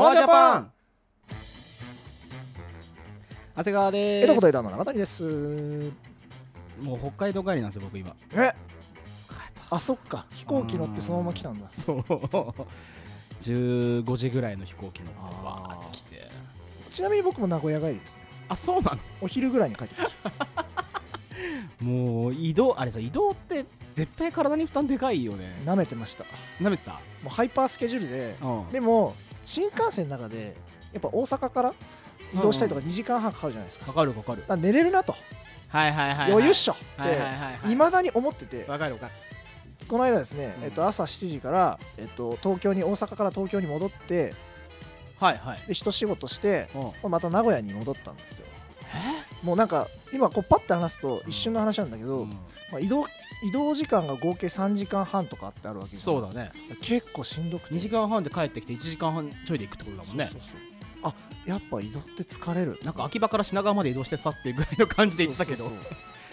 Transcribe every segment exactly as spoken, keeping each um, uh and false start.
モアジャパン。長谷川です。 江戸こと枝の中谷です。 もう北海道帰りなんですよ僕今。 え疲れた。 あ、そっか、飛行機乗ってそのまま来たんだ。 そうじゅうごじぐらいの飛行機乗ってわーって来て。 ちなみに僕も名古屋帰りですね。 あ、そうなの。 お昼ぐらいに帰ってきましたもう移動あれさ、移動って絶対体に負担でかいよね。 舐めてました。 舐めてた。 もうハイパースケジュールで、 うん、 でも新幹線の中でやっぱ大阪から移動したりとかにじかんはんかかるじゃないですか。 かかるかかる。 だから寝れるなと、 はいはいはい、はい、 余裕っしょってはいはいはいはい、 いまだに思ってて。 わかるわかる。 この間ですね、 うん、 えっと、朝しちじから、えっと、東京に大阪から東京に戻って、 はいはい、 で一仕事して、 うん、 また名古屋に戻ったんですよ。もうなんか今こうパッて話すと一瞬の話なんだけど、うん、まあ、移動移動時間が合計さんじかんはんとかってあるわけですよ。 そうだね。 結構しんどくてにじかんはんで帰ってきていちじかんはんちょいで行くってことだもんね。 そうそうそう、あ、やっぱ移動って疲れる。 なんか秋葉から品川まで移動してさっていうぐらいの感じで言ってたけど、そうそうそう、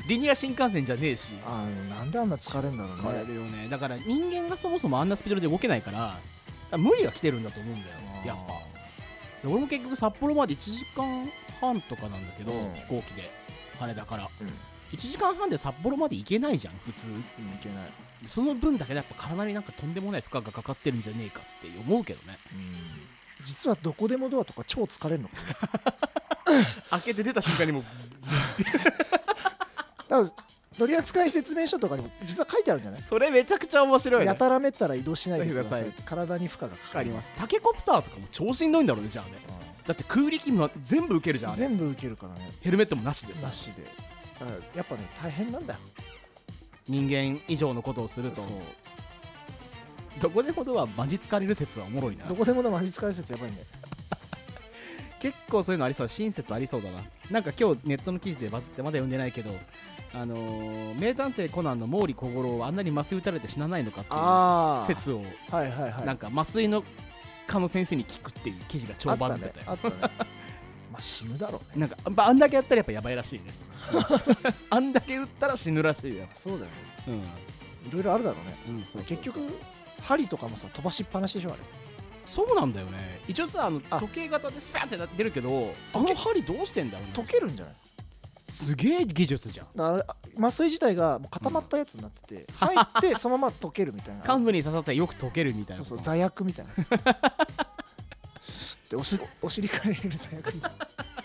リニア新幹線じゃねえし、 あ、なんであんな疲れるんだろうね。 疲れるよね。だから人間がそもそもあんなスピードで動けないから無理が来てるんだと思うんだよやっぱ。俺も結局札幌までいちじかんはんとかなんだけど、うん、飛行機で羽田から、うん、いちじかんはんで札幌まで行けないじゃん普通、うん、行けない。 その分だけでやっぱ体になんかとんでもない負荷がかかってるんじゃねえかって思うけどね。 うん、実はどこでもドアとか超疲れるのかな開けて出た瞬間にもうだから取扱説明書とかにも実は書いてあるんじゃない？ それめちゃくちゃ面白いね。 やたらめったら移動しないでください。体に負荷がかかります。 タケコプターとかも超しんどいんだろうねじゃあね、うん、だって空力も全部受けるじゃん。 全部受けるからね。 ヘルメットもなしでさ。 なしで。だからやっぱね大変なんだよ。 人間以上のことをすると。そう、どこでもドアマジ疲れる説はおもろいな。 どこでもドアマジ疲れる説やばいね結構そういうのありそう。親切ありそうだな。なんか今日ネットの記事でバズってまだ読んでないけど、あのー、名探偵コナンの毛利小五郎はあんなに麻酔打たれて死なないのかっていう説を、 はいはいはい、 なんか麻酔の科の先生に聞くっていう記事が超バズってたよ。 あったね、あったねまあ死ぬだろうね。 なんかあんだけやったらやっぱやばいらしいねあんだけ打ったら死ぬらしいよ。 そうだよね、 うん、 いろいろあるだろうね、 うん、そうそうそう。 結局針とかもさ飛ばしっぱなしでしょあれ。 そうなんだよね。一応さ、あの時計型でスパンって出るけど、あの針どうしてんだろうね。 溶けるんじゃない？ すげえ技術じゃん。 だから麻酔自体がもう固まったやつになってて、うん、入ってそのまま溶けるみたいな。 幹部に刺さったらよく溶けるみたいな。 そうそう、座薬みたいなで お, しお尻から入れる座薬みたい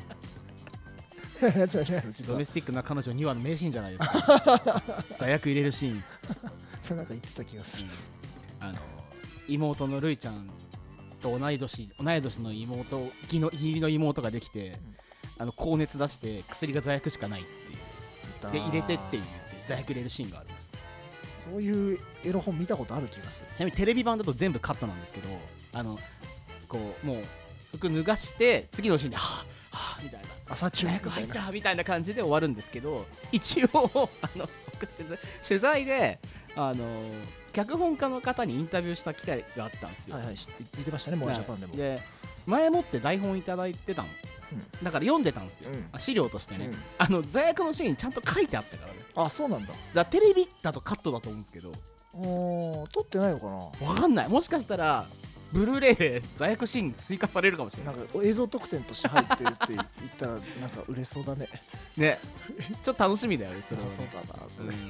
なやつはじゃないの実は。 ドメスティックな彼女にはの名シーンじゃないですか座薬入れるシーンそれなんか言ってた気がする、 うん、あの妹のルイちゃんと同い年同い年の妹義の義理の妹ができて、うん、あの高熱出して薬が座薬しかないっていうで入れてって言って座薬入れるシーンがあるんです。 そういうエロ本見たことある気がする。 ちなみにテレビ版だと全部カットなんですけど、あのこうもう服脱がして次のシーンではぁはぁみたいな朝中座薬入ったみたいな感じで終わるんですけど、一応あの取材であの脚本家の方にインタビューした機会があったんですよ。 はいはい、言ってましたね、モアジャパンでも。 で前もって台本いただいてたの、うん、だから読んでたんですよ、うん、資料としてね、うん、あの座薬のシーンちゃんと書いてあったからね。 あ、そうなんだ。だからテレビだとカットだと思うんですけど、 お撮ってないのかな、 わかんない。もしかしたらブルーレイで座薬シーン追加されるかもしれない。 なんか映像特典として入ってるって言ったらなんか売れそうだねねちょっと楽しみだよねそれはね。 そうだなそれ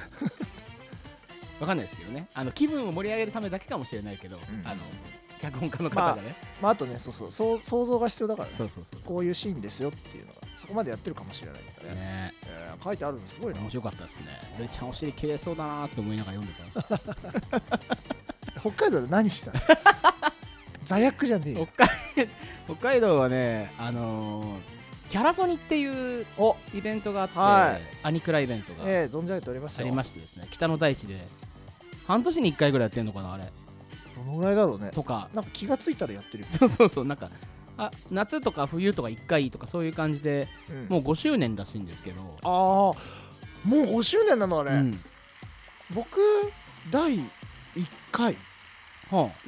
わかんないですけどね、あの気分を盛り上げるためだけかもしれないけど、うん、あの脚本家の方がね、 まあ、まあ、あとね、そうそう、そう想像が必要だからね。 そうそうそう、 こういうシーンですよっていうのがそこまでやってるかもしれないからね。ね、えー、書いてあるのすごいな。 面白かったですね。ルイちゃんお尻綺麗そうだなって思いながら読んでた北海道で何したの座薬じゃねえよ。 北海、北海道はね、あのー、キャラソニっていうイベントがあって、はい、アニクライベントが、 えー、存じ上げておりますよ。 ありましてですね、北の大地で半年にいっかいぐらいやってんのかなあれ。 どのぐらいだろうね。 とかなんか気がついたらやってる。 そうそうそう、なんかあ夏とか冬とかいっかいとかそういう感じで、うん、もうごしゅうねんらしいんですけど。 ああ、もうごしゅうねんなのあれ、うん、僕だいいっかい、はあ、行った。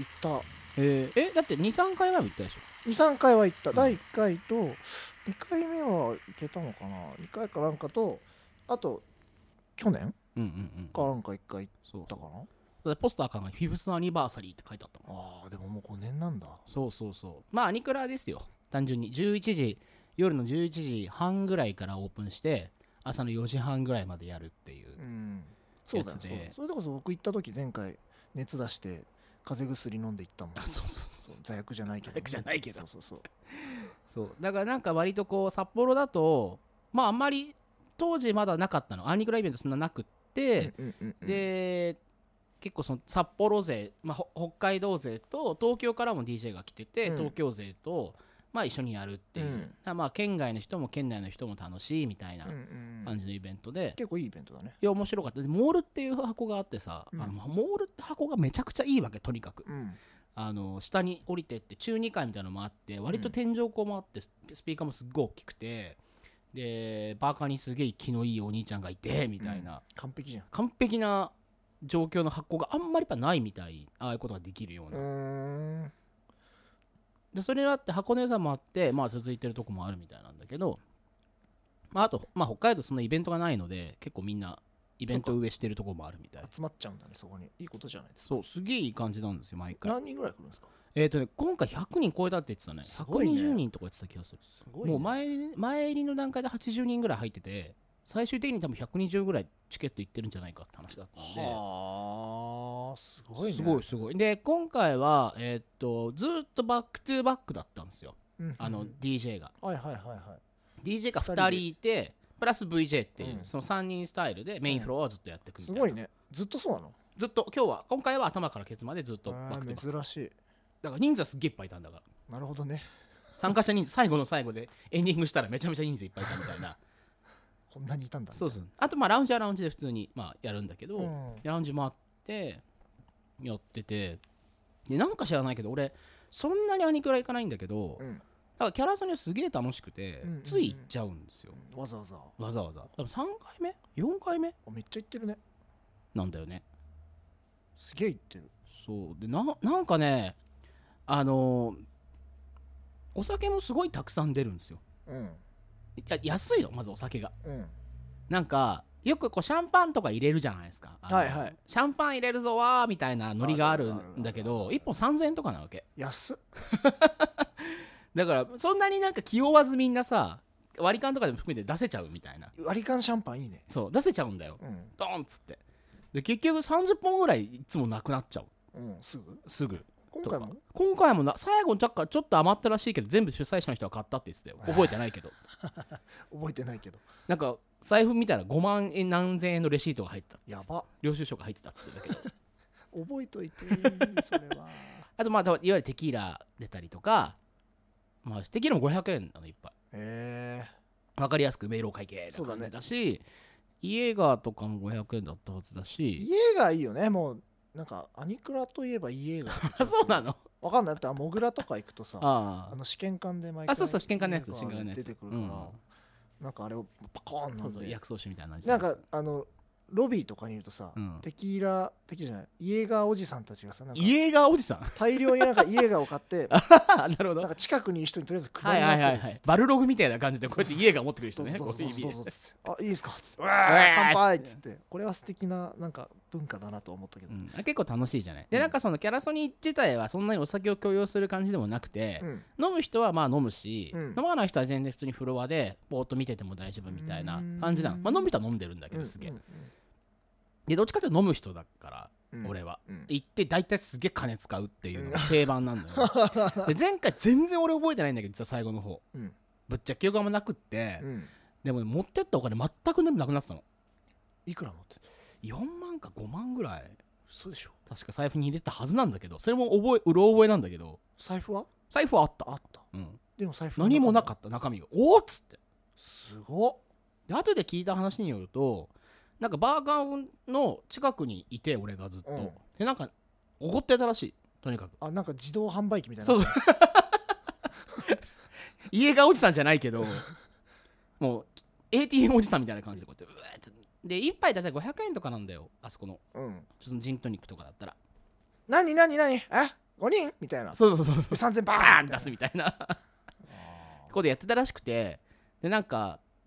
えー、えだって にさんかいめも行ったでしょ。 にさんかいは行った、うん、だいいっかいとにかいめは行けたのかな、にかいかなんかと、あと去年、うんうんうん、かなんかいっかい行ったかな。 ポスターかがフィフスアニバーサリーって書いてあったの。 ああでももうごねんなんだ。 そうそうそう。まあアニクラですよ、単純にじゅういちじ、夜のじゅういちじはんぐらいからオープンして朝のよじはんぐらいまでやるっていうやつで、うん、そうだよ。そうそれでこそ僕行った時前回熱出して風邪薬飲んで行ったもん。 あ、そうそうそう、 座薬じゃないけど、 ね、座薬じゃないけど、 そうそうそうそうだからなんか割とこう札幌だとまああんまり当時まだなかったの、アニクライベントそんななくって、うんうんうんうん、で結構その札幌勢、まあ、北海道勢と東京からも ディージェー が来てて、うん、東京勢とまあ一緒にやるっていう、うん、まあ県外の人も県内の人も楽しいみたいな感じのイベントで、うんうん、 結構いいイベントだね。 いや面白かった。でモールっていう箱があってさ、うん、あのモールって箱がめちゃくちゃいいわけ、とにかく、うん、あの下に降りてって中にかいみたいなのもあって割と天井高もあってスピーカーもすっごい大きくて、でバーカーにすげえ気のいいお兄ちゃんがいてみたいな、うん、 完璧じゃん。 完璧な状況の箱があんまりやっぱないみたい、ああいうことができるような。うーんでそれがあって箱根さもあって、まあ、続いてるとこもあるみたいなんだけど、まあ、あと、まあ、北海道そんなイベントがないので結構みんなイベント上してるとこもあるみたい。 集まっちゃうんだねそこに。いいことじゃないですか。 そうすげえいい感じなんですよ毎回。 何人ぐらい来るんですか。 えーとね、今回ひゃくにん超えたって言ってたね。ひゃくにじゅうにんとか言ってた気がする。すごいね、もう 前, 前入りの段階ではちじゅうにんぐらい入ってて最終的に多分ひゃくにじゅうぐらいチケットいってるんじゃないかって話だったんで、 はあすごいね。 すごいすごい。で今回は、えー、っとずっとバックトゥーバックだったんですよ、うんうんうん、あの ディージェー が。 はいはいはいはい。 ディージェー がふたりいてプラス ブイジェー っていう、うん、そのさんにんスタイルでメインフロアをずっとやっていくみたいな、うん、すごいね。 ずっとそうなの。 ずっと今日は今回は頭からケツまでずっとバックトゥーバック。 珍しい。 だから人数はすっげえいっぱいいたんだから。 なるほどね。 参加者人数最後の最後でエンディングしたらめちゃめちゃ人数いっぱいいたみたいなこんなにいたんだ、ね、 そうそう。あとまあラウンジはラウンジで普通にまあやるんだけど、うん、ラウンジもあってやってて、でなんか知らないけど俺そんなにアニクラ行かないんだけど、うん、だからキャラソニはすげえ楽しくて、うんうんうん、つい行っちゃうんですよ、 うん、わざわざわざわざ。多分さんかいめよんかいめあめっちゃ行ってるね。 なんだよね。 すげえ行ってる。 そうで な, なんかねあのー、お酒もすごいたくさん出るんですよ、うん、や安いのまずお酒が、うん、なんかよくこうシャンパンとか入れるじゃないですか。はいはい。シャンパン入れるぞわーみたいなノリがあるんだけどいっぽんさんぜんえんとかなわけ。 安っだからそんなになんか気負わずみんなさ割り勘とかでも含めて出せちゃうみたいな。 割り勘シャンパンいいね。 そう出せちゃうんだよ、うん、ドーンっつって。で結局さんじゅっぽんぐらいいつもなくなっちゃう、うん、すぐすぐ。 今回も今回もな最後にちょっと余ったらしいけど全部主催者の人が買ったって言ってたよ。覚えてないけど覚えてないけどなんか財布見たらごまんえん何千円のレシートが入ってた。 やば。 領収書が入ってたって言ってたけど覚えといてそれはあとまあいわゆるテキーラ出たりとか、まあ、テキーラもごひゃくえんなのいっぱい。へえ。分かりやすく明朗会計な感じだし、ね、イエーガーとかもごひゃくえんだったはずだし。 イエーガーいいよね。もうなんかアニクラといえばイエーガーそうなのわかんない。だってモグラとか行くとさ あ, あの試験管で毎回あそうそう試験管のやつ出てくるから、うん、なんかあれをパコーンなんで薬草酒みたいななんかあのロビーとかにいるとさ、うん、テキーラテキーラじゃないイエーガーおじさんたちがさなんかイエーガーおじさん大量になんかイエーガーを買ってなるほど。 なんか近くにいる人にとりあえず配りまくる、 はいはいはいはい、バルログみたいな感じでこうやってイエーガー持ってくる人ね。 あいいですかっつって乾杯っつってこれは素敵ななんか文化だなと思ったけど、うん、 結構楽しいじゃない。でなんかそのキャラソニ自体はそんなにお酒を強要する感じでもなくて、うん、飲む人はまあ飲むし、うん、飲まない人は全然普通にフロアでぼーっと見てても大丈夫みたいな感じなの。まあ飲む人は飲んでるんだけどすげえ、うんうんうん、でどっちかというと飲む人だから、うん、俺は、うん、行って大体すげえ金使うっていうのが定番なんだよ、で前回全然俺覚えてないんだけど実は最後の方、うん、ぶっちゃけ記憶があんまなくって、うん、でも、ね、持ってったお金全くなくなってたの。 いくら持ってた？ よんまんかごまんぐらい。 そうでしょ。 確か財布に入れたはずなんだけどそれも覚えうろ覚えなんだけど。 財布は財布はあったあった、 うん、 でも財布何もなかった中身が。おっつってすごっ。 で後で聞いた話によるとなんかバーガーの近くにいて俺がずっと、うん、でなんか怒ってたらしい。とにかくあなんか自動販売機みたいな。 そうそう家がおじさんじゃないけどもう エーティーエム おじさんみたいな感じでこうやってうわーってでいっぱいだいたいごひゃくえんとかなんだよあそこの、うん、そのジントニックとかだったら何何何えごにんみたいな。 そうそうそうそうさんぜんバーン出すみたいなここでやってたらしくて、でなんか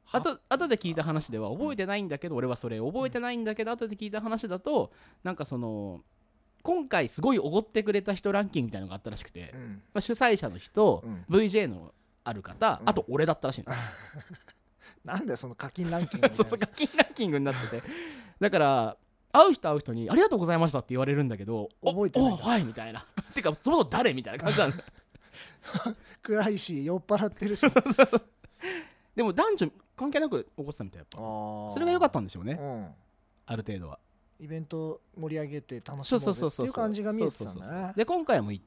あと後で聞いた話では覚えてないんだけど、俺はそれ覚えてないんだけど、後で聞いた話だとなんかその今回すごいおごってくれた人ランキングみたいなのがあったらしくて、 うん、 まあ、主催者の人、うん、ブイジェー のある方、うん、あと俺だったらしいのなんだよその課金ランキングそうそう課金ランキングになっててだから会う人会う人にありがとうございましたって言われるんだけど、 覚えてないおおはいみたいなてかそもそも誰みたいな感じなんだ暗いし酔っ払ってるしそうそうそうでも男女関係なく起こってたみたい、やっぱそれが良かったんでしょうね、うん、ある程度はイベント盛り上げて楽しもうぜっていう感じが見えてたんだね。 で今回も行って、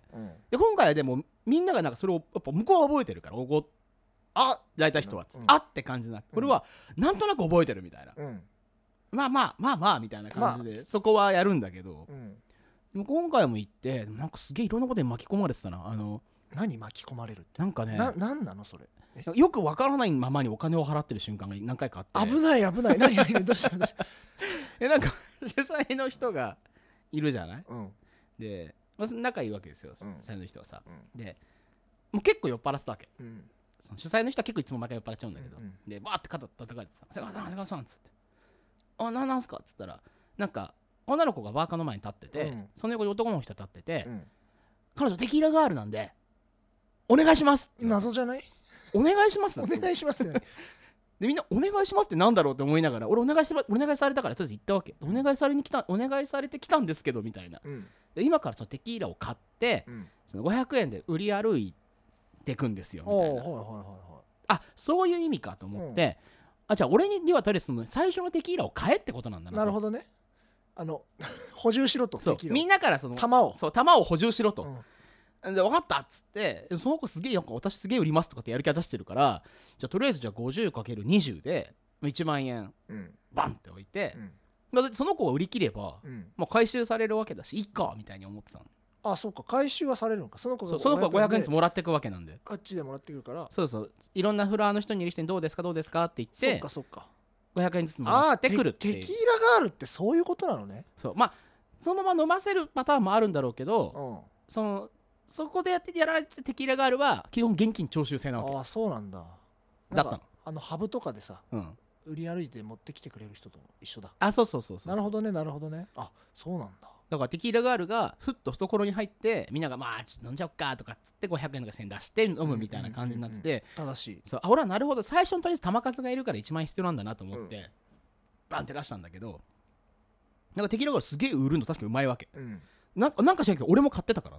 うん、で今回はでもみんながなんかそれをやっぱ向こうは覚えてるから、おごあ大体人は、うん、あって感じな、これはなんとなく覚えてるみたいな、うん、まあまあまあまあみたいな感じで、まあ、そこはやるんだけど、うん、でも今回も行ってなんかすげえいろんなことに巻き込まれてたな。あの何巻き込まれるってなんかね、 ななんなのそれ、 よくわからないままにお金を払ってる瞬間が何回かあって、 危ない危ない何何どうしたのえなんか主催の人がいるじゃない、うん、で、まあ、仲いいわけですよ、うん、主催の人はさ、うん、でもう結構酔っ払ってたわけ、うん、その主催の人は結構いつも毎回酔っ払っちゃうんだけど、うんうん、でバーって肩叩かれてさ「瀬川さん瀬川さん」っつって「あななんすか?」っつったらなんか女の子がバーカーの前に立ってて、うん、その横に男の人立ってて、うん、彼女テキーラガールなんでお願いしますって謎じゃない？ お願いしますお願いしますねでみんなお願いしますってなんだろうって思いながら、俺お願いし、お願いされたからとりあえず行ったわけ、うん、お願いされに来たお願いされてきたんですけどみたいな、うん、で今からそのテキーラを買って、うん、そのごひゃくえんで売り歩いてくんですよみたいな、はいはいはいはい、あそういう意味かと思って、うん、あじゃあ俺にはとりあえずその最初のテキーラを買えってことなんだな。 なるほどね、あの補充しろと、 そうテキーラみんなからその玉をそう玉を補充しろと、うんで分かったっつって、その子すげえなんか私すげえ売りますとかってやる気出してるから、じゃあとりあえずじゃあ ごじゅうかけるにじゅう でいちまんえんバンって置いて、うんまあ、その子が売り切れば、うんまあ、回収されるわけだしいいかみたいに思ってたの。 あそうか回収はされるのか、その子がその子がごひゃくえんずつもらっていくわけなんで、 あっちでもらってくるから、 そうそういろんなフロアの人にいる人にどうですかどうですかって言って、 そうかそうかごひゃくえんずつもらってくるっていう。 テキーラガールってそういうことなのね。 そうまあそのまま飲ませるパターンもあるんだろうけど、うん、そのそこでやってやられてテキーラガールは基本現金徴収制なわけ。 ああそうなんだ。 だったの。 あのハブとかでさ、うん、売り歩いて持ってきてくれる人と一緒だ。 あそうそうそうそう。 なるほどねなるほどね。あそうなんだ。 だからテキーラガールがふっと懐に入ってみんながまあちょっと飲んじゃおっかとかっつってごひゃくえんとかせん出して飲むみたいな感じになってて、 うんうんうんうん、正しい。 そうあ俺はなるほど最初にとりあえず玉数がいるからいちまんえん必要なんだなと思って、うん、バンって出したんだけど、なんかテキーラガールすげえ売るの確かうまいわけ、うん、なんかなんか知らんけど俺も買ってたから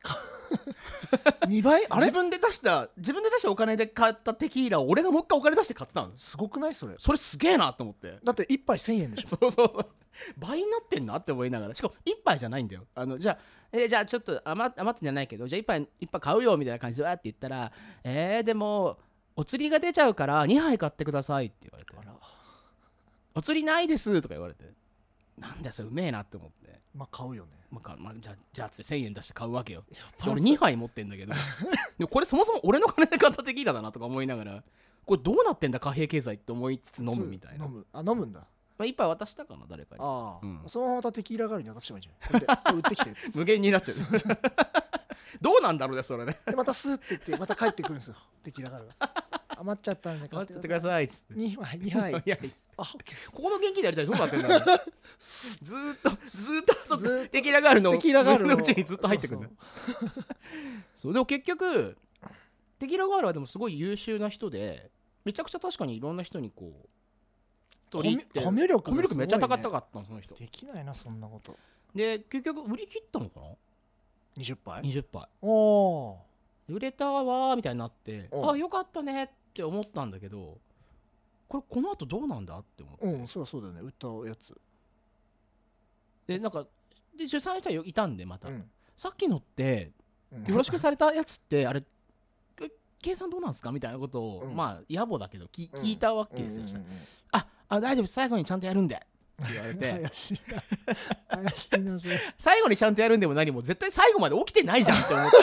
にばいあれ自分で出した自分で出したお金で買ったテキーラを俺がもう一回お金出して買ってたの。 すごくないそれ。 それすげえなと思って。 だっていっぱいせんえんでしょそうそうそう倍になってんなって思いながら、しかもいっぱいじゃないんだよ。あのじゃあ、えー、じゃあちょっと余余ってんじゃないけどじゃあいっぱいいっぱい買うよみたいな感じでわーって言ったら、えー、でもお釣りが出ちゃうからにはい買ってくださいって言われて、あらお釣りないですとか言われて、なんだよそれうめえなって思って、 まあ買うよね、 まあまあ、じゃあじゃあつってせんえん出して買うわけよ。俺にはい持ってんだけどでもこれそもそも俺の金で買ったテキーラだなとか思いながら、これどうなってんだ貨幣経済って思いつつ飲むみたいな。 飲むあ飲むんだ。 まあ、一杯渡したかな誰かに。 ああ、うん、そのまままたテキーラガールに渡してもいいじゃん。これで売ってきて無限になっちゃうどうなんだろうねそれね。 でまたスーって言ってまた帰ってくるんですよテキーラガールが余っちゃったんで買ってくださいっつってにはいにはいあここの元気でやりたいどうなってんだろうずーっとずーっとずテキーラガールのテキーラガールのうちにずっと入ってくるんだよ。そうそうそうでも結局テキーラガールはでもすごい優秀な人で、めちゃくちゃ確かにいろんな人にこう取り入ってコミュ力コミュ力めっちゃ高かったのその人。 できないなそんなことで結局売り切ったのかなにじゅっぱいにじゅっぱいおー売れたわーみたいになって、あよかったねって思ったんだけど、これこの後どうなんだって思って。 うんそうそうだよね売ったやつでなんかで主催の人はいたんでまた、うん、さっきのってよろしくされたやつってあれ計算どうなんすかみたいなことを、うん、まあ野暮だけど聞、うん、聞いたわけですよ、うんうんうんうん、ああ大丈夫最後にちゃんとやるんでって言われて怪しいな怪しいなそれ最後にちゃんとやるんでも何も絶対最後まで起きてないじゃんって思って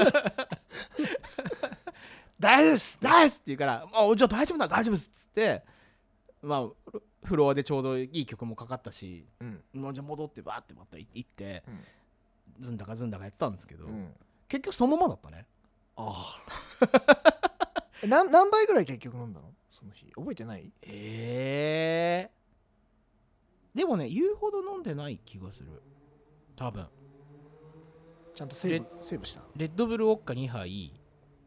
大丈夫です大丈夫ですって言うからあじゃあ大丈夫だ大丈夫ですっつって、まあフロアでちょうどいい曲もかかったし、うん、もうじゃあ戻ってバーってまた行って、うん、ずんだかずんだかやってたんですけど、うん、結局そのままだったね。 ああ何, 何杯ぐらい結局飲んだのそその日覚えてない？ えー、でもね言うほど飲んでない気がする多分。 ちゃんとセーブセーブした。 レッドブルウォッカにはいイ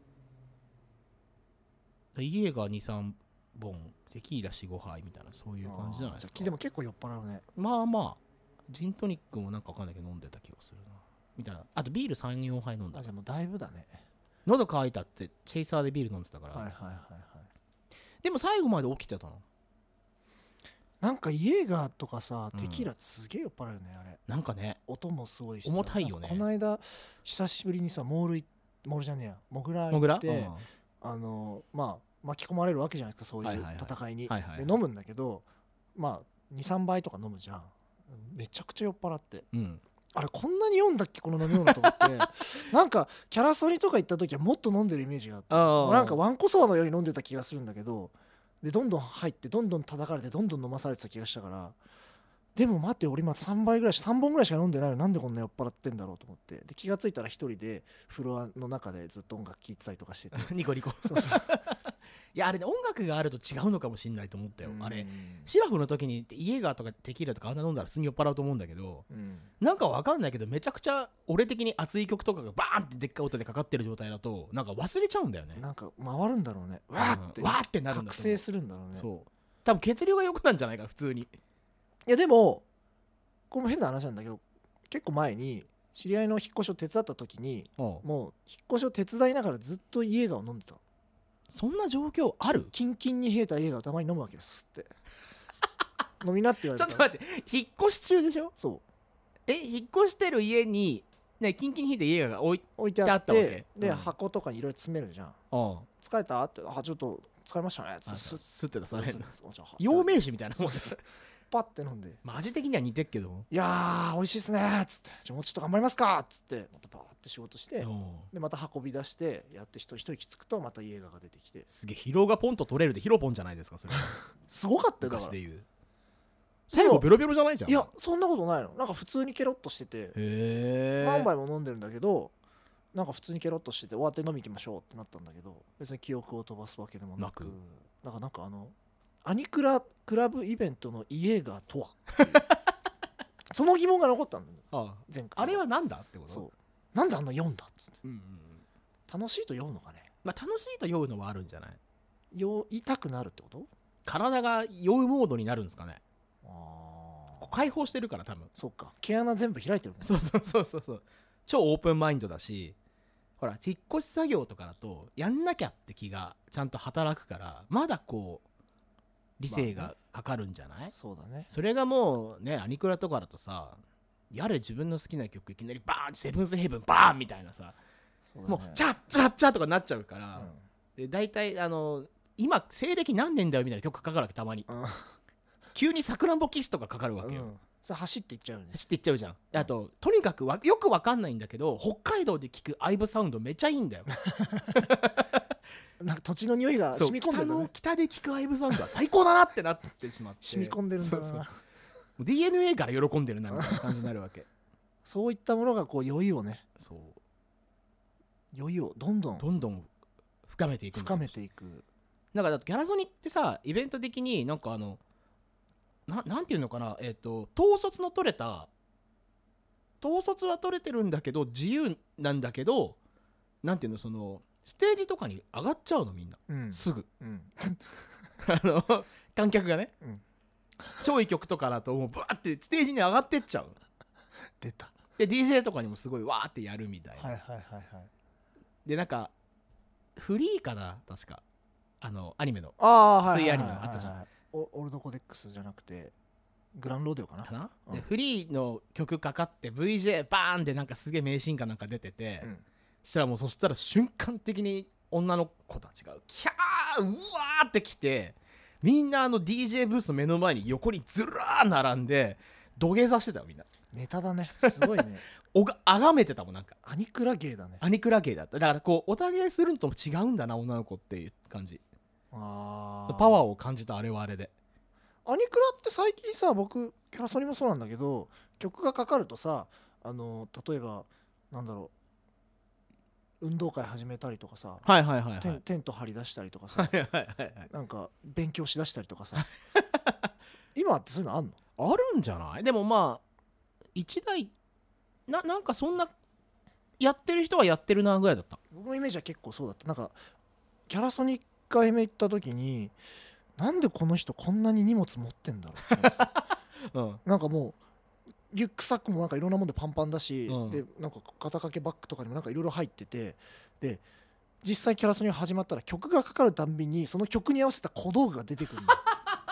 エーガー にさんぼんテキーラ よんごはいみたいなそういう感じじゃないですか。 でも結構酔っ払うね。 まあまあジントニックもなんか分かんないけど飲んでた気がするなみたいな。あとビール さん,よん 杯飲んだ。 あじゃあもうだいぶだね。 喉乾いたってチェイサーでビール飲んでたから、 はいはいはいはい。 でも最後まで起きてたの。 なんかイエーガーとかさ、 うんテキーラすげえ酔っ払うよねあれ。 なんかね音もすごいしさ、 重たいよね。 この間久しぶりにさモールいモールじゃねえやモグラモグラ行って、あのまあ巻き込まれるわけじゃないですかそういうはいはいはい戦いに、 はいはいはいで飲むんだけどまあにさんばいとか飲むじゃん。めちゃくちゃ酔っ払って、 うんあれこんなに酔うんだっけこの飲み物と思ってなんかキャラソニとか行った時はもっと飲んでるイメージがあって、 あーなんかワンコそばのように飲んでた気がするんだけど、でどんどん入ってどんどん叩かれてどんどん飲まされてた気がしたから、でも待って俺今さんばいぐらいさんぼんぐらいしか飲んでないのなんでこんな酔っ払ってんだろうと思って、で気がついたら一人でフロアの中でずっと音楽聴いてたりとかしててニコニコそうそういやあれね音楽があると違うのかもしれないと思ったよ。あれうんシラフの時にイエーガーとかテキーラとかあんな飲んだら普通に酔っ払うと思うんだけど、 うんなんかわかんないけどめちゃくちゃ俺的に熱い曲とかがバーンってでっかい音でかかってる状態だとなんか忘れちゃうんだよね。 なんか回るんだろうね、わーってうんわーってなるんだと思う。 覚醒するんだろうね。 そう多分血流が良くなんじゃないかな普通に。 いやでもこれも変な話なんだけど結構前に知り合いの引っ越しを手伝った時におうもう引っ越しを手伝いながらずっとイエーガーを飲んでた。 そんな状況ある？ キンキンに冷えたイエーガーをたまに飲むわけですって飲みなって言われた。 ちょっと待って引っ越し中でしょ？ そうえ引っ越してる家にねキンキンに引いて家が置い置いてあってであったわけで、 うん箱とかにいろいろ詰めるじゃん。 おう疲れたってあちょっと疲れましたねつっあてスッすって出されるのそうじゃあ陽明酒みたいなもんそうそうパッて飲んでまあ味的には似てっけどいやー美味しいっすねーっつってじゃあもうちょっと頑張りますかっつってまたパーって仕事しておうでまた運び出してやって一一息つくとまたイエーガーが出てきてすげえ疲労がポンと取れるでヒロポンじゃないですかそれすごかったよだから昔で言う最後ベロベロじゃないじゃん。 いやそんなことないの。なんか普通にケロッとしててへえ何杯も飲んでるんだけどなんか普通にケロッとしてて終わって飲み行きましょうってなったんだけど別に記憶を飛ばすわけでもなくなくなんかなんかあのアニクラクラブイベントのイエーガーとはその疑問が残ったんだよあ前回あれはなんだってこと？ そうなんであんな酔うんだっつってうんうんうん楽しいと酔うのかね。 まあ楽しいと酔うのはあるんじゃない？ 酔いたくなるってこと？ 体が酔うモードになるんですかね。 あこう解放してるから多分。 そっか毛穴全部開いてるもんね。 そうそうそうそうそう超オープンマインドだしほら引っ越し作業とかだとやんなきゃって気がちゃんと働くからまだこう理性がかかるんじゃない？ そうだね。 それがもうねアニクラとかだとさやれ自分の好きな曲いきなりバーンセブンスヘブンバーンみたいなさ、 そうだねもうチャッチャッチャッとかなっちゃうから、 うんで大体あの今西暦何年だよみたいな曲かかるわけたまにうん急にさくらんぼキスとかかかるわけよ、 うんそれ走っていっちゃうよね。 走っていっちゃうじゃん。あととにかくわよくわかんないんだけど北海道で聞くアイブサウンドめっちゃいいんだよなんか土地の匂いがそう染み込んでるんだ北のね。 北で聞くアイブサウンドは最高だなってなってしまって染み込んでるんだな。 そうそうそうもう ディーエヌエー から喜んでるなみたいな感じになるわけいったものがこう酔いをねそう酔いをどんどんどんどん深めていくんだ深めていく。 なんかだってギャラソニってさイベント的になんかあのななんていうのかなえっ、と統率の取れた統率は取れてるんだけど自由なんだけどなんていうのそのステージとかに上がっちゃうのみんな、 うんすぐうんあの観客がね、 うん超いい曲とかだともうバーってステージに上がってっちゃう出た。 で ディージェー とかにもすごいわーってやるみたいな、 はいはいはいはい。 でなんかフリーかな確かあのアニメのああはいそういうアニはいはいメあったじゃんはいオオルドコデックスじゃなくてグランローデオかな。 かな、 うんでフリーの曲かかって ブイジェー バーンでなんかすげえ名シーンかなんか出てて、 うんそしたらもうそしたら瞬間的に女の子たちがキャーうわーって来てみんなあの ディージェー ブースの目の前に横にずらー並んで土下座してたよみんなネタだねすごいねおがあがめてたもんなんかアニクラゲーだね。 アニクラ系だっただからこうお互いするのとも違うんだな女の子っていう感じあパワーを感じたあれはあれでアニクラって最近さ僕キャラソニもそうなんだけど曲がかかるとさあの例えばなんだろう運動会始めたりとかさ、 はいはいはいはいテンテント張り出したりとかさはいはいはいはいなんか勉強しだしたりとかさ今ってそういうのあんの？ あるんじゃない？でもまあ一台ななんかそんなやってる人はやってるなぐらいだった。 僕のイメージは結構そうだった。なんかキャラソニいっかいめ行った時になんでこの人こんなに荷物持ってんだろうって思ってうん、 なんかもうリュックサックもなんかいろんなもんでパンパンだし、 うん、 でなんか肩掛けバッグとかにもなんかいろいろ入ってて、で実際キャラソニが始まったら曲がかかるたんびにその曲に合わせた小道具が出てくるんだよ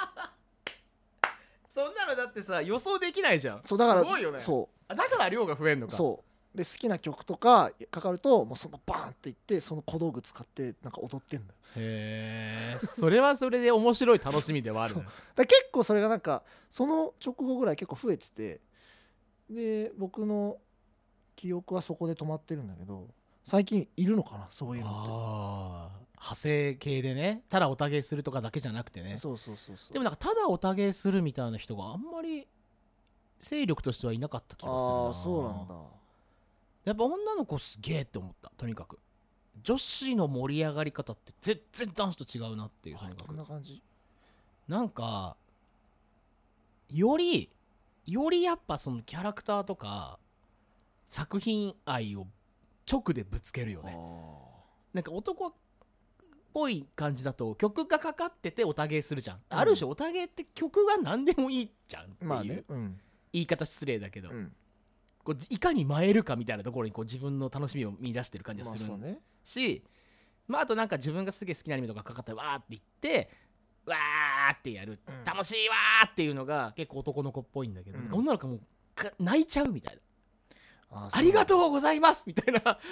そんなのだってさ予想できないじゃん。 そうだからすごいよね。 そあだから量が増えんのうか。 そうで好きな曲とかかかるともうそのバーンっていってその小道具使ってなんか踊ってんだよ。 へえそれはそれで面白い楽しみではあるね。 だから結構それがなんかその直後ぐらい結構増えてて、で僕の記憶はそこで止まってるんだけど、最近いるのかなそういうのって。 ああ派生系でね、ただおたげするとかだけじゃなくてね。 そうそうそうそう。 でもなんかただおたげするみたいな人があんまり勢力としてはいなかった気がするな。 ああそうなんだ。 やっぱ女の子すげえって思った。とにかく女子の盛り上がり方って全然男子と違うなっていう。とにかくどんな感じ？ なんかよりよりやっぱそのキャラクターとか作品愛を直でぶつけるよね。なんか男っぽい感じだと曲がかかってておたげするじゃん、うん、ある種おたげって曲が何でもいいじゃんっていう、 まあねうん、 言い方失礼だけど、 うん、 こういかに舞えるかみたいなところにこう自分の楽しみを見出してる感じがするし、まあね、まあ、あとなんか自分がすげえ好きなアニメとかかかったらわーって言ってわーってやる、うん、楽しいわーっていうのが結構男の子っぽいんだけど、うん、女の子も泣いちゃうみたいな、 あ, ありがとうございますみたいな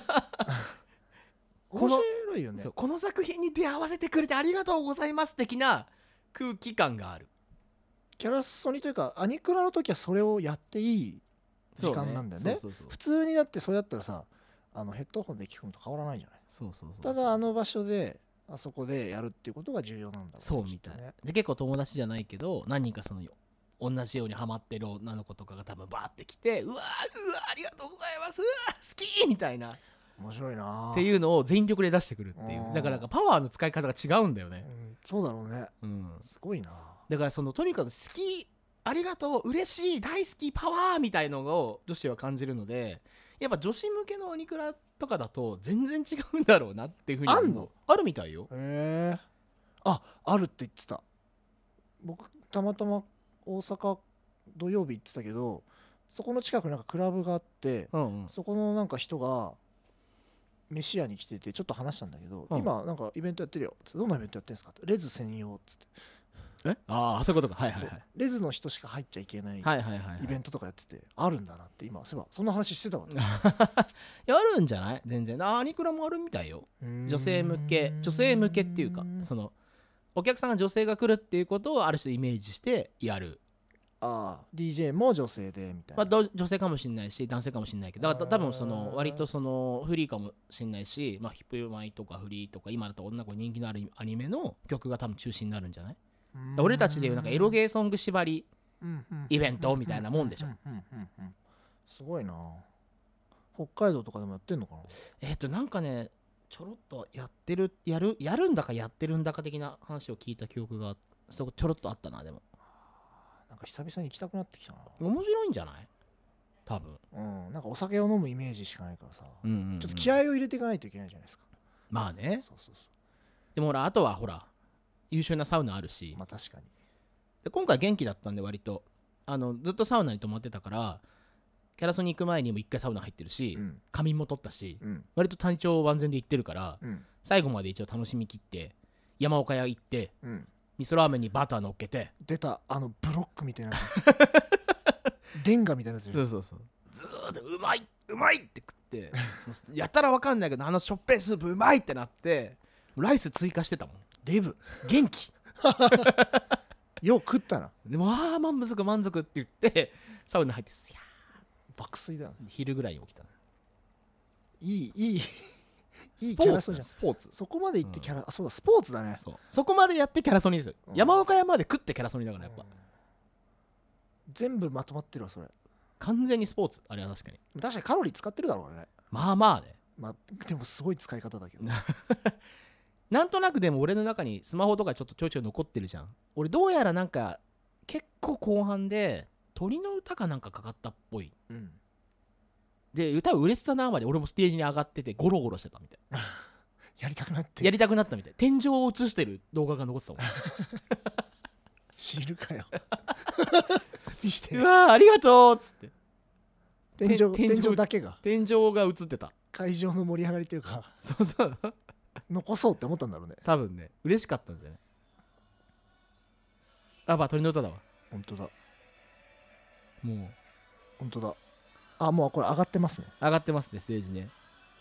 面白いよね。 この作品に出会わせてくれてありがとうございます的な空気感がある。 キャラソニというかアニクラの時はそれをやっていい時間なんだよね。そうね、そうそうそう、普通にだってそれだったらさあのヘッドホンで聞くのと変わらないじゃない。 そうそうそう、 ただあの場所であそこでやるっていうことが重要なんだろう、ね、 そうみたいで、結構友達じゃないけど何人かその同じようにハマってる女の子とかが多分バーって来てうわーうわーありがとうございますうわー好きみたいな、 面白いなっていうのを全力で出してくるっていう。だからなんかパワーの使い方が違うんだよね、 うん、そうだろうね、うん、すごいな。 だからそのとにかく好きありがとう嬉しい大好きパワーみたいのを女子は感じるので、やっぱ女子向けのアニクラとかだと全然違うんだろうなっていうふうにあんのあるみたいよ。 へえ、ああるって言ってた。僕たまたま大阪土曜日行ってたけど、そこの近くになんかクラブがあって、うんうん、そこのなんか人が飯屋に来ててちょっと話したんだけど、うん、今なんかイベントやってるよ。どんなイベントやってるんですかって。レズ専用っつって。 えああそういうことか。はいはいはい。 レズの人しか入っちゃいけないイベントとかやっててあるんだなって今そういえばそんな話してたわ。いやあるんじゃない全然。アニクラもあるみたいよ。女性向け女性向けっていうかそのお客さんが女性が来るっていうことをある種イメージしてやる。 ああ ディージェー も女性でみたいな、 まあ、女性かもしれないし男性かもしれないけど、だから多分その割とそのフリーかもしれないし、まあ、ヒップマイとかフリーとか今だと女の子人気のあるアニメの曲が多分中心になるんじゃない。俺たちでいうなんかエロゲーソング縛りイベントみたいなもんでしょ。 すごいな。北海道とかでもやってんのかな。 えっとなんかねちょろっとやってるやるやるんだかやってるんだか的な話を聞いた記憶がそこちょろっとあったな。でもなんか久々に行きたくなってきたな。 面白いんじゃない多分。 うんなんかお酒を飲むイメージしかないからさ、うんうんうん、ちょっと気合を入れていかないといけないじゃないですか。 まあね。 そうそうそう。 でもほらあとはほら優秀なサウナあるし、 まあ確かに。 で今回元気だったんで割とあのずっとサウナに泊まってたからキャラソニ行く前にも一回サウナ入ってるし、うん、仮眠も取ったし、うん、割と体調万全で行ってるから、うん、最後まで一応楽しみきって山岡屋行って、うん、味噌ラーメンにバター乗っけて出たあのブロックみたいなレンガみたいなやつ。 そうそうそうずーっとうまいうまいって食ってやったら分かんないけどあのしょっぺいスープうまいってなってライス追加してたもん。 デブ元気よう食ったな。 でもああ満足満足って言ってサウナ入ってすやー爆睡だよ。 昼ぐらいに起きた。 いいいいいいスポーツじゃん。スポーツそこまで行ってキャラ、うん、あそうだスポーツだね。 そうそこまでやってキャラソニですよ、うん、山岡山で食ってキャラソニだからやっぱ、うん、 全部まとまってるわそれ。 完全にスポーツあれは確かに。 確かにカロリー使ってるだろうね。 まあまあね。 まあでもすごい使い方だけどなんとなくでも俺の中にスマホとかちょっとちょいちょい残ってるじゃん。俺どうやらなんか結構後半で鳥の歌かなんかかかったっぽい、 うん、 で歌う嬉しさのあまり俺もステージに上がっててゴロゴロしてたみたいやりたくなってやりたくなったみたい。天井を映してる動画が残ってたもん知るかよ見してうわーありがとうっつって。 天井天井天井だけが天井が映ってた。 会場の盛り上がりというかそうそう残そうって思ったんだろうね。 多分ね嬉しかったんだよね。あまあ鳥の歌だわ。 本当だもう本当だ。あもうこれ上がってますね。 上がってますねステージね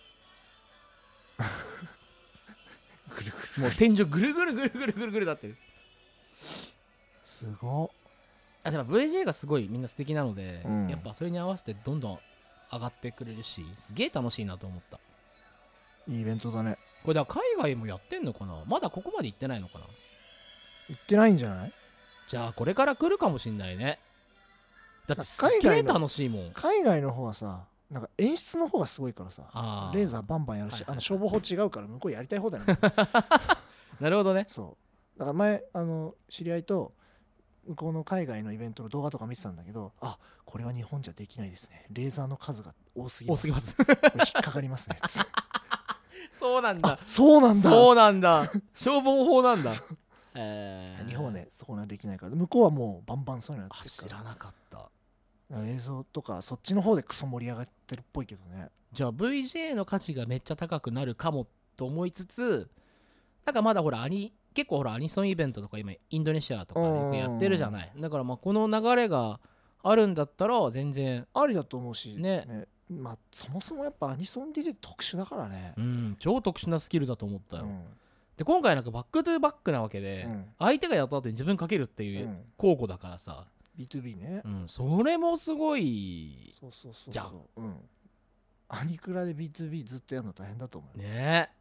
ぐるぐるもう天井ぐるぐるぐるぐるぐるぐるだってる。 すごっ。 あでも ブイジェー がすごいみんな素敵なので、 うんやっぱそれに合わせてどんどん上がってくれるしすげえ楽しいなと思った。 いいイベントだね。 これだから海外もやってんのかな。まだここまで行ってないのかな。 行ってないんじゃない。 じゃあこれから来るかもしんないね。だってすげえ海外の楽しいもん。 海外の方はさなんか演出の方がすごいからさあレーザーバンバンやるし、 はいはいはいあの消防法違うから向こうやりたい放題なんだよなるほどね。 そうだから前あの知り合いと向こうの海外のイベントの動画とか見てたんだけど、あこれは日本じゃできないですね、レーザーの数が多すぎます、 多すぎますこれ引っかかりますねつってそうなんだあそうなんだそうなんだ消防法なんだえー、 日本はねそこはできないから向こうはもうバンバンそういうのやあってるから知らなかった。 だから映像とかそっちの方でクソ盛り上がってるっぽいけどね。 じゃあ ブイジェー の価値がめっちゃ高くなるかもと思いつつ、なんかまだほらアニ結構ほらアニソンイベントとか今インドネシアとかでよくやってるじゃない。だからまあこの流れがあるんだったら全然ありだと思うしねまあそもそもやっぱアニソン ディージェー 特殊だからね。 うん超特殊なスキルだと思ったよ、 うんで今回なんかバックトゥーバックなわけで、 うん相手がやった後に自分かけるっていううん交互だからさ、 ビーツービー ね、 うん、それもすごいそうそうそうそうじゃんうん、アニクラで ビーツービー ずっとやるの大変だと思う、 ね。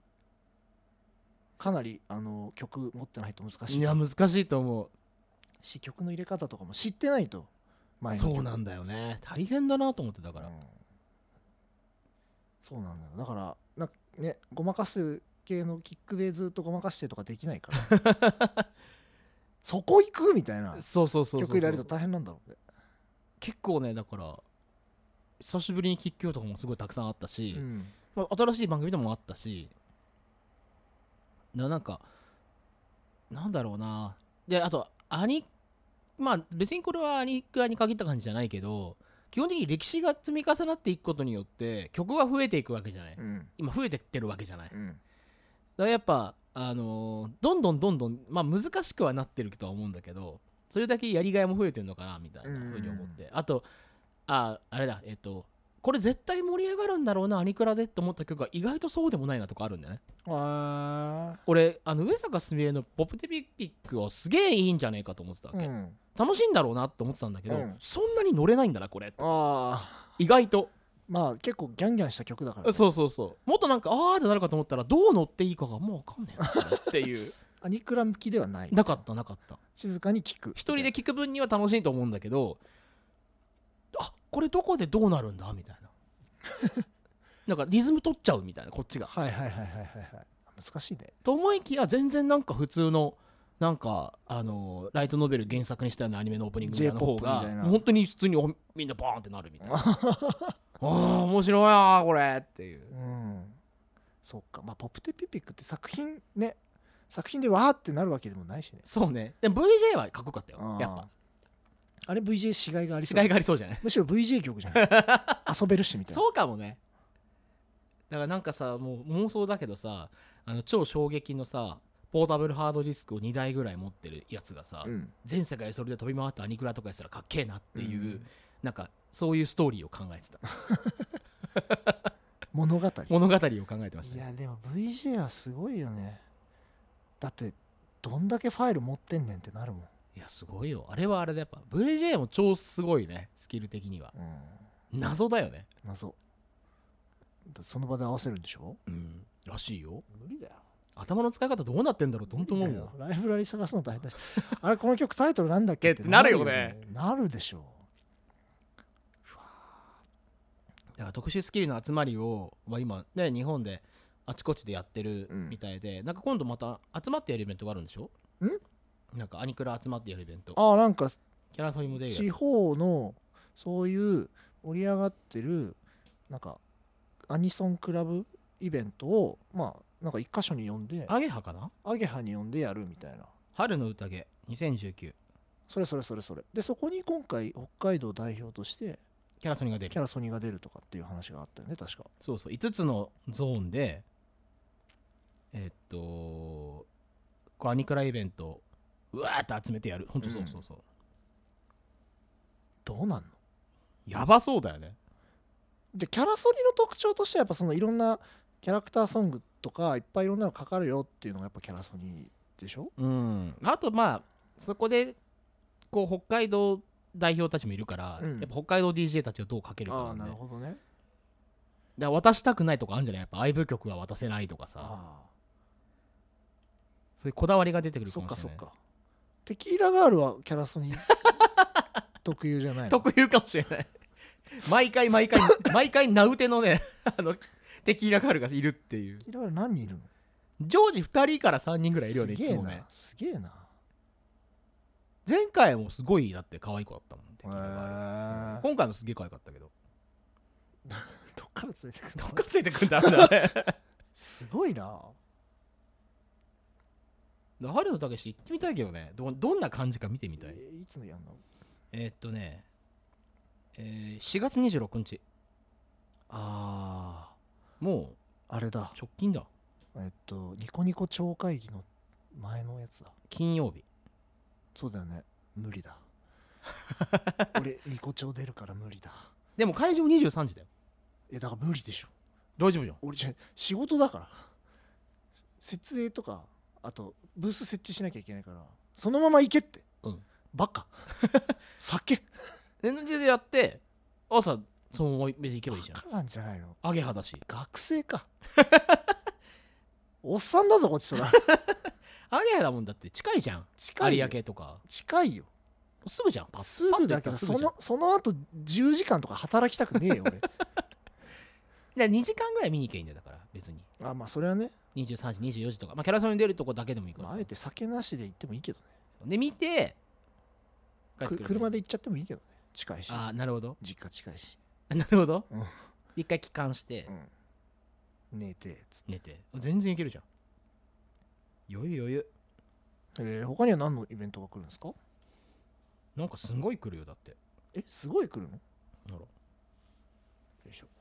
かなりあの曲持ってないと難しいいや難しいと思う。 し曲の入れ方とかも知ってないと前の曲そうなんだよね大変だなと思ってたから、 うんそうなんだよだからなんかねごまかす系のキックでずっとごまかしてとかできないからそこ行くみたいなそうそうそうそう曲入れられると大変なんだろうね。 結構ねだから久しぶりにキックとかもすごいたくさんあったし、 うんまあ、新しい番組でもあったしななんかなんだろうな。であとアニまあ別にこれはアニクラに限った感じじゃないけど基本的に歴史が積み重なっていくことによって曲が増えていくわけじゃない、 うん今増えてってるわけじゃない、だかうんらやっぱあのーどんどんどんどんまあ難しくはなってるとは思うんだけどそれだけやりがいも増えてるのかなみたいなふうに思って、あとああれだえっ、とこれ絶対盛り上がるんだろうなアニクラでって思った曲が意外とそうでもないなとかあるんだよね。 あ俺あの上坂すみれのポップテピッピックはすげえいいんじゃねえかと思ってたわけ、 うん楽しいんだろうなって思ってたんだけど、 うんそんなに乗れないんだなこれあ意外とまあ結構ギャンギャンした曲だから、ね、 そうそうそうもっとなんかあーってなるかと思ったらどう乗っていいかがもう分かんねえなこれっていうアニクラ向きではないなかったなかった静かに聴く一人で聞く分には楽しいと思うんだけどあこれどこでどうなるんだみたいななんかリズム取っちゃうみたいなこっちがはいはいはいはいはいはい難しいね。 と思いきや全然なんか普通のなんかあのライトノベル原作にしたようなアニメのオープニングみたいな方 J-ポップがみたいな本当に普通におみんなバーンってなるみたいなあー面白いなこれっていううんそっかまあポップテピピックって作品ね作品でわーってなるわけでもないしね。 そうねでも ブイジェー はかっこよかったよあーやっぱあれ ブイジェー しがいがありそう違いがありそうじゃないむしろ ブイジェー 曲じゃない遊べるしみたいな。 そうかもね。だからなんかさもう妄想だけどさあの超衝撃のさポータブルハードディスクをにだいぐらい持ってるやつがさ、 うん全世界それで飛び回ったアニクラとかやったらかっけえなっていう、 うんなんかそういうストーリーを考えてた物語物語を考えてましたね。 いやでも ブイジェー はすごいよね。だってどんだけファイル持ってんねんってなるもん、 いやすごいよあれはあれでやっぱ ブイジェー も超すごいねスキル的にはうん、 謎だよね。 謎だその場で合わせるんでしょ。 うんらしいよ。 無理だよ頭の使い方どうなってんだろうと本当思うよ。 ライブラリ探すの大変だしあれこの曲タイトルなんだっけってなるよね。 なるでしょ。 だから特殊スキルの集まりを、まあ、今ね日本であちこちでやってるみたいで、うん、なんか今度また集まってやるイベントがあるんでしょ。んなんかアニクラ集まってやるイベント。 ああ、なんかキャラソニも出るやつ。 地方のそういう盛り上がってるなんかアニソンクラブイベントをまあなんか一箇所に呼んで、 アゲハかな、 アゲハに呼んでやるみたいな。 春の宴にせんじゅうきゅう。 それそれそれそれで、そこに今回北海道代表としてキャラソニが出るキャラソニが出るとかっていう話があったよね、確か。 そうそう、いつつのゾーンでえー、っとこうアニクライベントうわーって集めてやる。ほんとそうそうそう、うん、 どうなんの。 やばそうだよね。 でキャラソニの特徴としてはやっぱそのいろんなキャラクターソングとかいっぱいいろんなのかかるよっていうのがやっぱキャラソニでしょ。 うん。あとまあそこでこう北海道代表たちもいるから、うん、やっぱ北海道 ディージェー たちをどうかけるかなんで。 ああ、なるほどね。 だから渡したくないとかあるんじゃない。やっぱ相部曲は渡せないとかさ、あそういうこだわりが出てくるかもしれない。そっかそっか。 テキーラガールはキャラソニ特有じゃないの。 特有かもしれない。毎回毎回毎回名うてのねあのテキーラガールがいるっていう。 テキーラガール何人いるの。 常時ふたりからさんにんぐらいいるよね。いつもね。すげえな。 前回もすごいだって可愛い子だったもん。テキーラガール。今回もすげえ可愛かったけど。 どっからついてくるどっからついてくるんだろうね。 すごいな。 春のたけし行ってみたいけどね。 ど, どんな感じか見てみたい。 えー、いつのやんの。 えー、っとね、えー、しがつにじゅうろくにち。 ああ、 もうあれだ、 直近だ。 えっとニコニコ超会議の前のやつだ。 金曜日。 そうだよね。無理だ。俺ニコ超出るから無理だ。 でも会場にじゅうさんじだよ。 え、だから無理でしょ。 大丈夫じゃん。 俺じゃ仕事だから。設営とかあとブース設置しなきゃいけないから、そのまま行けって。うん。バカ。酒。 エヌジー でやって朝そのまま行けばいいじゃん。 バカなんじゃないの。 アゲハだし。 学生か。おっさんだぞこっちとら。 アゲハだもんだって近いじゃん。近い。有明とか。 近いよ。 すぐじゃん。 パッすぐだけどそのその後じゅうじかんとか働きたくねえよ俺。 でにじかんぐらい見に行けばいいんだよ。だから別に。 あ、まあそれはね。 にじゅうさんじにじゅうよじとか、まあ、キャラソンに出るとこだけでもいいから、まあ、 あえて酒なしで行ってもいいけどね。 で見て車で行っちゃってもいいけどね。近いし。 ああ、なるほど。 実家近いし。 なるほど、うん、一回帰還して、 うん、寝てつって寝て全然いけるじゃん。余裕余裕。 えー、他には何のイベントが来るんですか。 なんかすごい来るよ。だって。 え、すごい来るの。 ほら、 よいしょ。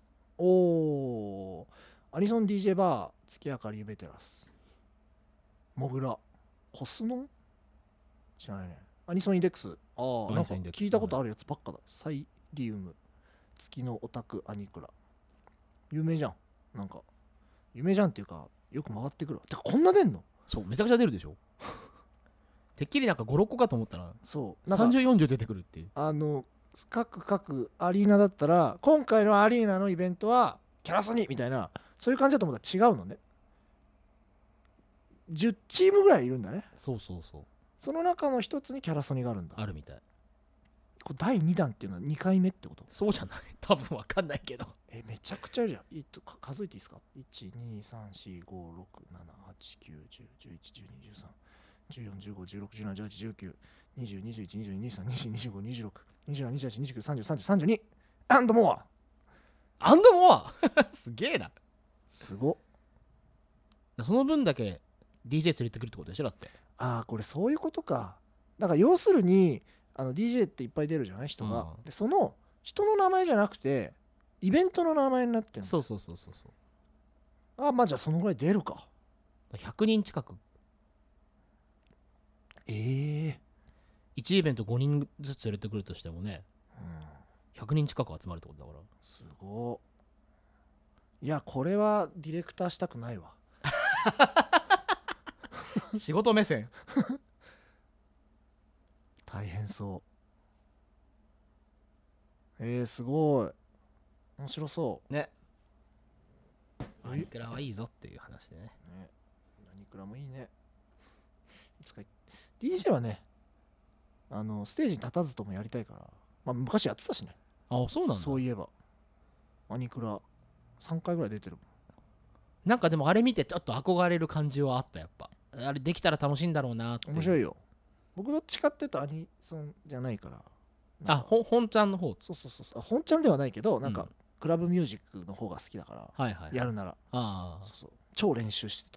おー、アニソン ディージェー バー月明かり夢テラスモグラコスノン知らないね。アニソンインデックス。ああ、なんか聞いたことあるやつばっかだ。サイリウム月のオタクアニクラ有名じゃん。なんか有名じゃんっていうかよく回ってくる。てかこんな出んの。 そう、めちゃくちゃ出るでしょ。てっきりなんかごろっこかと思ったら、 そうさんじゅうよんじゅう出てくるっていう。 あの各各アリーナだったら今回のアリーナのイベントはキャラソニみたいな、そういう感じだと思ったら違うのね。じゅうチームぐらいいるんだね。 そうそうそう。 その中の一つにキャラソニがあるんだ。 あるみたい。 これだいにだんっていうのはにかいめってこと。 そうじゃない。多分わかんないけど。 え、めちゃくちゃあるじゃん。えっと数えていいですか。いちにさんしごろくななはちきゅうじゅうじゅういちじゅうにじゅうさんじゅうよんじゅうごじゅうろくじゅうななじゅうはちじゅうきゅうにじゅうにじゅういちにじゅうににじゅうさんにじゅうよんにじゅうごにじゅうろくにじゅうななにじゅうはちにじゅうきゅうさんじゅうさんじゅうさんじゅうにアンドモアアンドモアすげえな。 すごっ。 その分だけ ディージェー 連れてくるってことでしょ。だってああ、これそういうことか。だから要するにあの ディージェー っていっぱい出るじゃない人が、うん、でその人の名前じゃなくてイベントの名前になってる。 そうそうそうそうそう。 ああ、まあじゃあそのぐらい出るか。 ひゃくにん近く。 ええー、 いちイベントごにんずつ連れてくるとしてもね、うん、ひゃくにん近く集まるってことだから。 すごい。いや、これはディレクターしたくないわ。 仕事目線。 大変そう。えー、すごい面白そうね。何クラはいいぞっていう話で ね, ね何クラもいいね。いつか ディージェー はね、あのステージに立たずともやりたいから、まあ、昔やってたしね。 あ、そうなんだ。 そういえばアニクラさんかいぐらい出てるもなんかでもあれ見てちょっと憧れる感じはあった。やっぱあれできたら楽しいんだろうなって。 ん面白いよ。僕どっちかっていうとアニソンじゃないからあ、ほ本ちゃんの方。 そうそうそうそう、あ本ちゃんではないけどなんか、 うんクラブミュージックの方が好きだから、 はいはい、 やるならあそうそう超練習して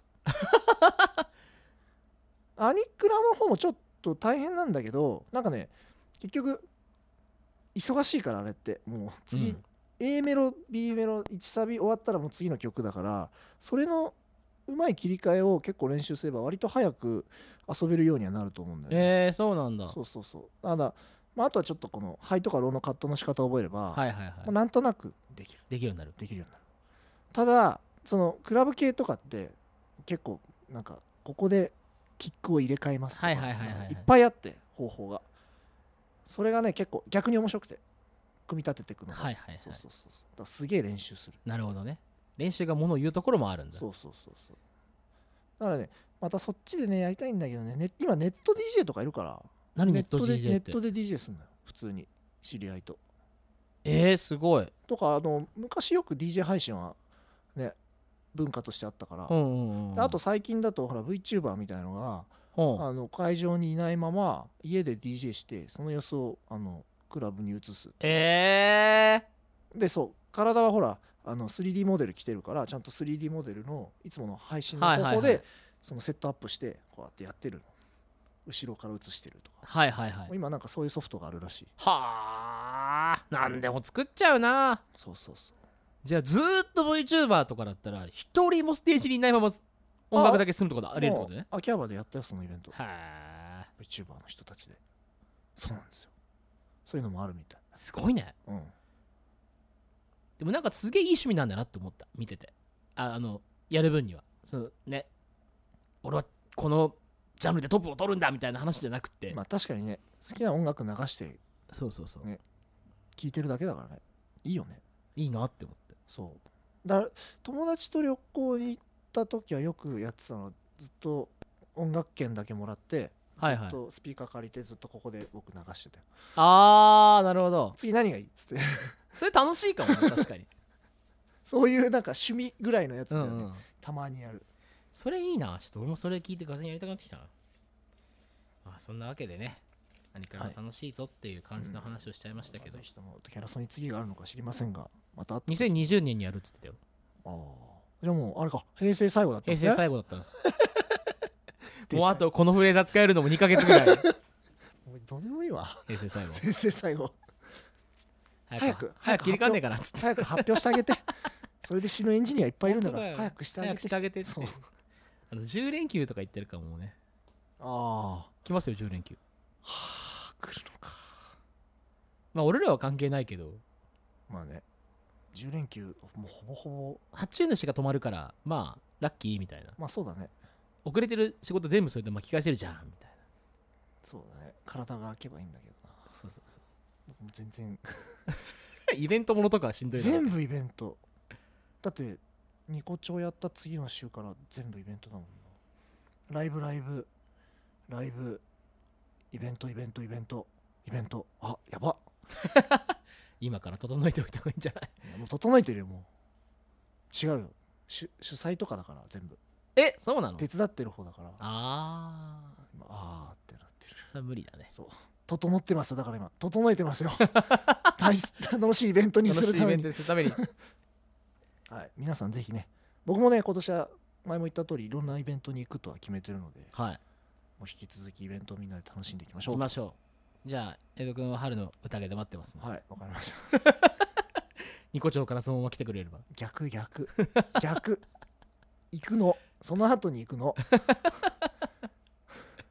たアニクラの方もちょっと大変なんだけど、なんかね結局忙しいからあれってもう次、うん、A メロ B メロいちサビ終わったらもう次の曲だから、それのうまい切り替えを結構練習すれば割と早く遊べるようにはなると思うんだよね。 えー、そうなんだ。 そうそうそう。ただ、まあ、あとはちょっとこのハイとかローのカットの仕方を覚えれば、 はいはいはい、 まあ、なんとなくできるできるようになるできるようになる。ただそのクラブ系とかって結構なんかここでキックを入れ替えますとか、 はいはいはいはい、 いっぱいあって方法が、それがね結構逆に面白くて組み立てていくのが、 はいはいはい、 そうそうそうそう、だからすげえ練習する。 なるほどね。練習がものを言うところもあるんだ。 そうそうそうそう。だからねまたそっちでねやりたいんだけどね、ね今ネット ディージェー とかいるから。 何ネット ディージェーネって？ ットで ディージェー すんのよ普通に知り合いと。 えー、すごい。 とかあの昔よく ディージェー 配信はね文化としてあったから、 うんうんうん、 あと最近だとほら VTuber みたいなのが、 うん、 あの会場にいないまま家で ディージェー してその様子をあのクラブに移す。 えー、でそう体はほらあの スリーディー モデル来てるからちゃんと スリーディー モデルのいつもの配信の方法で、はいはいはい、そのセットアップしてこうやってやってるの、後ろから映してるとか、 はいはいはい、 今なんかそういうソフトがあるらしい。 はあ、なんでも作っちゃうな。 そうそうそう。 じゃあずーっと VTuber とかだったら一人もステージにいないまま音楽だけするってことありえるってことね。 秋葉原でやったよそのイベント。 はあ、 VTuber の人たちで。そうなんですよ。そういうのもあるみたい。 すごいね。うん。でもなんかすげえいい趣味なんだなって思った、見てて。あ、あのやる分にはそのね、俺はこのジャンルでトップを取るんだみたいな話じゃなくて、 まあ確かにね好きな音楽流して、 そうそうそう、 ね、聴いてるだけだからね、いいよね。いいなって思って。 そうだから友達と旅行に行った時はよくやってたの、ずっと音楽券だけもらって、はいはい、ずっとスピーカー借りてずっとここで僕流してたよ。 あー、なるほど。 次何がいいっつってそれ楽しいかもね確かにそういうなんか趣味ぐらいのやつだよね、うんうん、たまにやる。 それいいな。ちょっと俺もそれ聞いてガセンやりたくなってきたな。まあそんなわけでね、何から楽しいぞっていう感じの話をしちゃいましたけど、 ぜひともキャラソンに次があるのか知りませんが、またにせんにじゅうねんにやるっつってたよ。 ああ、じゃあもうあれか、平成最後だったんですね。 平成最後だったんですもうあとこのフレーズ使えるのもにかげつぐらいどうでもいいわ。 平成最後平成最後早く早く切り替わんねえかなっつって早く発表してあげてそれで死ぬエンジニアいっぱいいるんだから早くしてあげて、 早くしてあげてって。 そう、 あのじゅう連休とか言ってるかもね。 ああ、 来ますよじゅう連休。 はあ、来るのか。 まあ俺らは関係ないけど、 まあね、じゅう連休もうほぼほぼ発注主が泊まるからまあラッキーみたいな。 まあそうだね、 遅れてる仕事全部それで巻き返せるじゃんみたいな。 そうだね、体が空けばいいんだけどな。 そうそうそう、 僕も全然イベントものとかはしんどいな。 全部イベントだって、ニコ町やった次の週から全部イベントだもんな。ライブライブライブイベントイベントイベントイベント、あ、やば今から整えておいた方がいいんじゃない？ もう整えてるよ。もう違うよ、主, 主催とかだから全部。 え、そうなの？ 手伝ってる方だから。 あーあーってなってる。 それは無理だね。 そう、整ってますよ。だから今整えてますよ大楽しいイベントにするために。 楽しいイベントにするためにはい、皆さんぜひね、僕もね今年は前も言った通りいろんなイベントに行くとは決めてるので、 はい、 もう引き続きイベントをみんなで楽しんでいきましょう。 行きましょう。じゃあ江戸君は春の宴で待ってますね。 はい、わかりましたニコ町からそのまま来てくれれば。 逆逆逆行くの、その後に行くの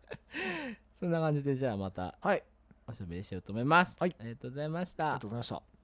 そんな感じで、じゃあまたはいおしゃべりしようと思います。 はい、 ありがとうございました。 ありがとうございました。